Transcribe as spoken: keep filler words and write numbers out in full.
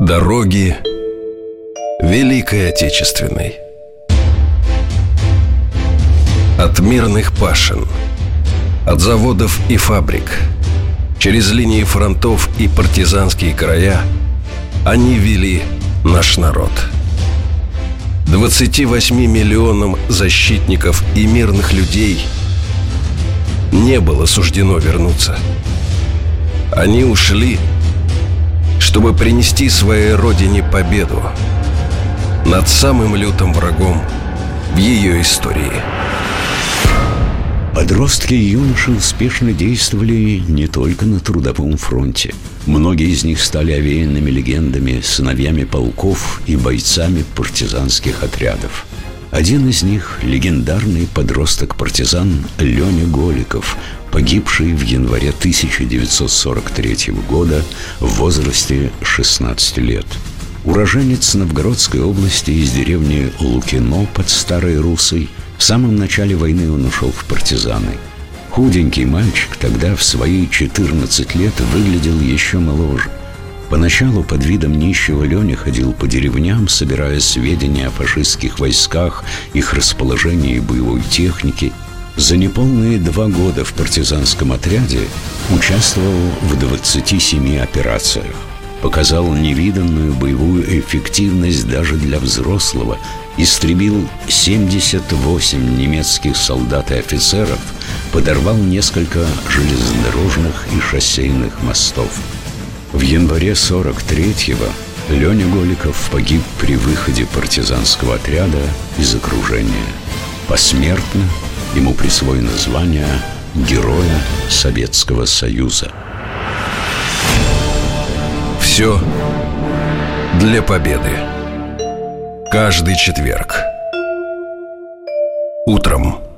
Дороги Великой Отечественной. От мирных пашен, от заводов и фабрик, через линии фронтов и партизанские края они вели наш народ. двадцати восьми миллионам защитников и мирных людей не было суждено вернуться. Они ушли, чтобы принести своей родине победу над самым лютым врагом в ее истории. Подростки и юноши успешно действовали не только на трудовом фронте. Многие из них стали овеянными легендами, сыновьями полков и бойцами партизанских отрядов. Один из них – легендарный подросток-партизан Леня Голиков, погибший в январе тысяча девятьсот сорок третьего года в возрасте шестнадцати лет. Уроженец Новгородской области из деревни Лукино под Старой Руссой, в самом начале войны он ушел в партизаны. Худенький мальчик тогда в свои четырнадцать лет выглядел еще моложе. Поначалу под видом нищего Леня ходил по деревням, собирая сведения о фашистских войсках, их расположении и боевой технике. За неполные два года в партизанском отряде участвовал в двадцати семи операциях. Показал невиданную боевую эффективность даже для взрослого. Истребил семьдесят восемь немецких солдат и офицеров, подорвал несколько железнодорожных и шоссейных мостов. В январе сорок третьего Леня Голиков погиб при выходе партизанского отряда из окружения. Посмертно ему присвоено звание Героя Советского Союза. Все для победы. Каждый четверг утром